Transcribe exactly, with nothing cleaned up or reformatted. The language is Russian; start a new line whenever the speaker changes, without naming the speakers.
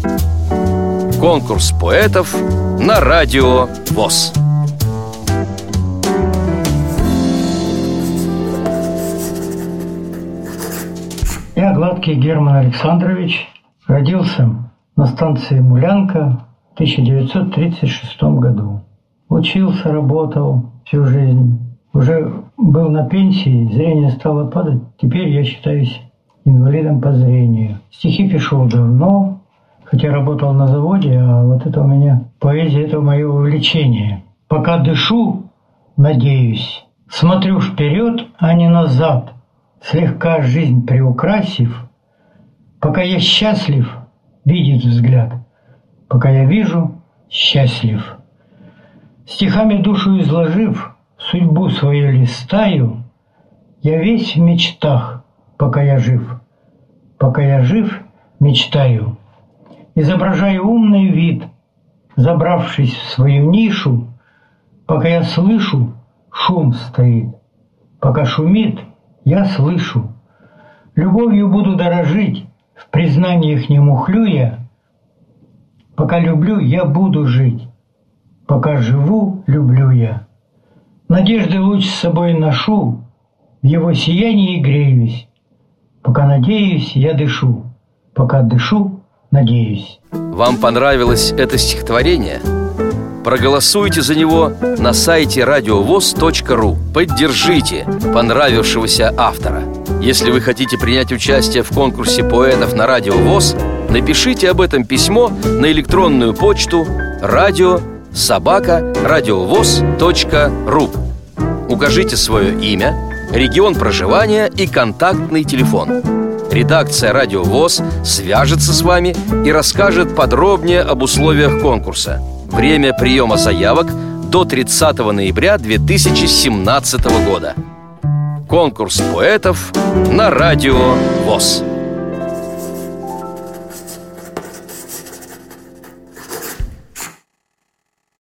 Конкурс поэтов на радио ВОС.
Я, Гладкий Герман Александрович, родился на станции Мулянка в тысяча девятьсот тридцать шестом году. Учился, работал всю жизнь. Уже был на пенсии, зрение стало падать. Теперь я считаюсь инвалидом по зрению. Стихи пишу давно, хотя работал на заводе, а вот это у меня поэзия, это мое увлечение. Пока дышу, надеюсь, смотрю вперед, а не назад, слегка жизнь приукрасив. Пока я счастлив, видит взгляд, пока я вижу, счастлив. Стихами душу изложив, судьбу свою листаю, я весь в мечтах, пока я жив, пока я жив, мечтаю. Изображаю умный вид, забравшись в свою нишу, пока я слышу, шум стоит, пока шумит, я слышу. Любовью буду дорожить, в признаниях не мухлю я, пока люблю, я буду жить, пока живу, люблю я. Надежды луч с собой ношу, в его сиянии греюсь, пока надеюсь, я дышу, пока дышу, надеюсь.
Вам понравилось это стихотворение? Проголосуйте за него на сайте радиовос точка ру. Поддержите понравившегося автора. Если вы хотите принять участие в конкурсе поэтов на Радио ВОС, напишите об этом письмо на электронную почту радио собака радиовос точка ру. Укажите свое имя, регион проживания и контактный телефон. Редакция Радио ВОС свяжется с вами и расскажет подробнее об условиях конкурса. Время приема заявок до тридцатого ноября две тысячи семнадцатого года. Конкурс поэтов на Радио ВОС.